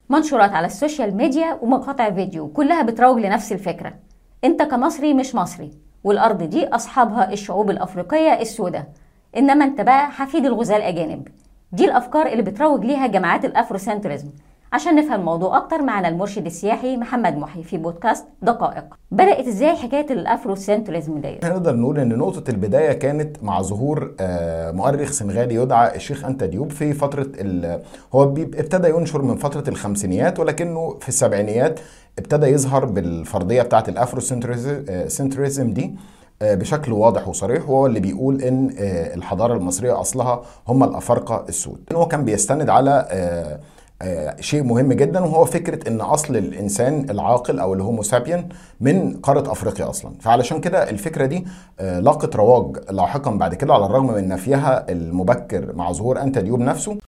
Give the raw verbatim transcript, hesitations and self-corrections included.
منشورات على السوشيال ميديا ومقاطع فيديو كلها بتروج لنفس الفكرة: انت كمصري مش مصري، والارض دي اصحابها الشعوب الافريقية السوداء، انما انت بقى حفيد الغزاة الاجانب. دي الافكار اللي بتروج ليها جماعات الافروسنترزم. عشان نفهم الموضوع اكتر معنا المرشد السياحي محمد محي في بودكاست دقائق. بدأت ازاي حكاية الافروسنترزم دي؟ نقدر نقول ان نقطة البداية كانت مع ظهور مؤرخ سنغالي يدعى الشيخ أنتا ديوب في فترة هو ابتدى ينشر من فترة الخمسينيات، ولكنه في السبعينيات ابتدى يظهر بالفرضية بتاعة الافروسنترزم دي بشكل واضح وصريح، وهو اللي بيقول ان الحضارة المصرية اصلها هم الافارقة السود. هو كان بيستند على شيء مهم جدا، وهو فكرة ان اصل الانسان العاقل او الهومو سابين من قارة افريقيا اصلا. فعلشان كده الفكرة دي لاقت رواج لاحقا بعد كده، على الرغم من نفيها المبكر مع ظهور أنتا ديوب نفسه.